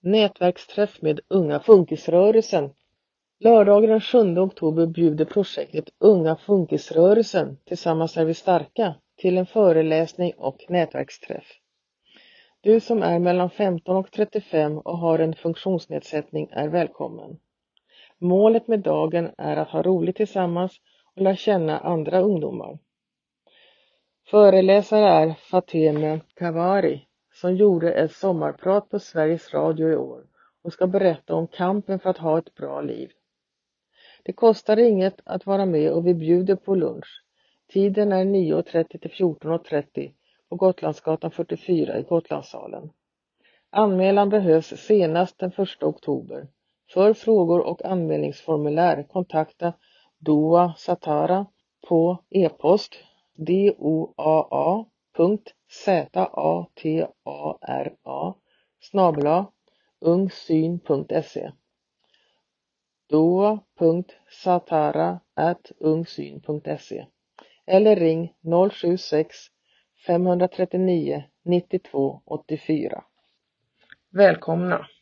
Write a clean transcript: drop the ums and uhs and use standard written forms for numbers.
Nätverksträff med Unga Funkisrörelsen. Lördagen den 7 oktober bjuder projektet Unga Funkisrörelsen tillsammans är vi starka till en föreläsning och nätverksträff. Du som är mellan 15 och 35 och har en funktionsnedsättning är välkommen. Målet med dagen är att ha roligt tillsammans och lära känna andra ungdomar. Föreläsare är Fateme Kavari som gjorde ett sommarprat på Sveriges Radio i år och ska berätta om kampen för att ha ett bra liv. Det kostar inget att vara med och vi bjuder på lunch. Tiden är 9.30 till 14.30 på Gotlandsgatan 44 i Gotlandssalen. Anmälan behövs senast den 1 oktober. För frågor och anmälningsformulär kontakta Doa Satara på e-post doaa.satara@ungsyn.se doa.satara@ungsyn.se eller ring 076 539 92 84. Välkomna!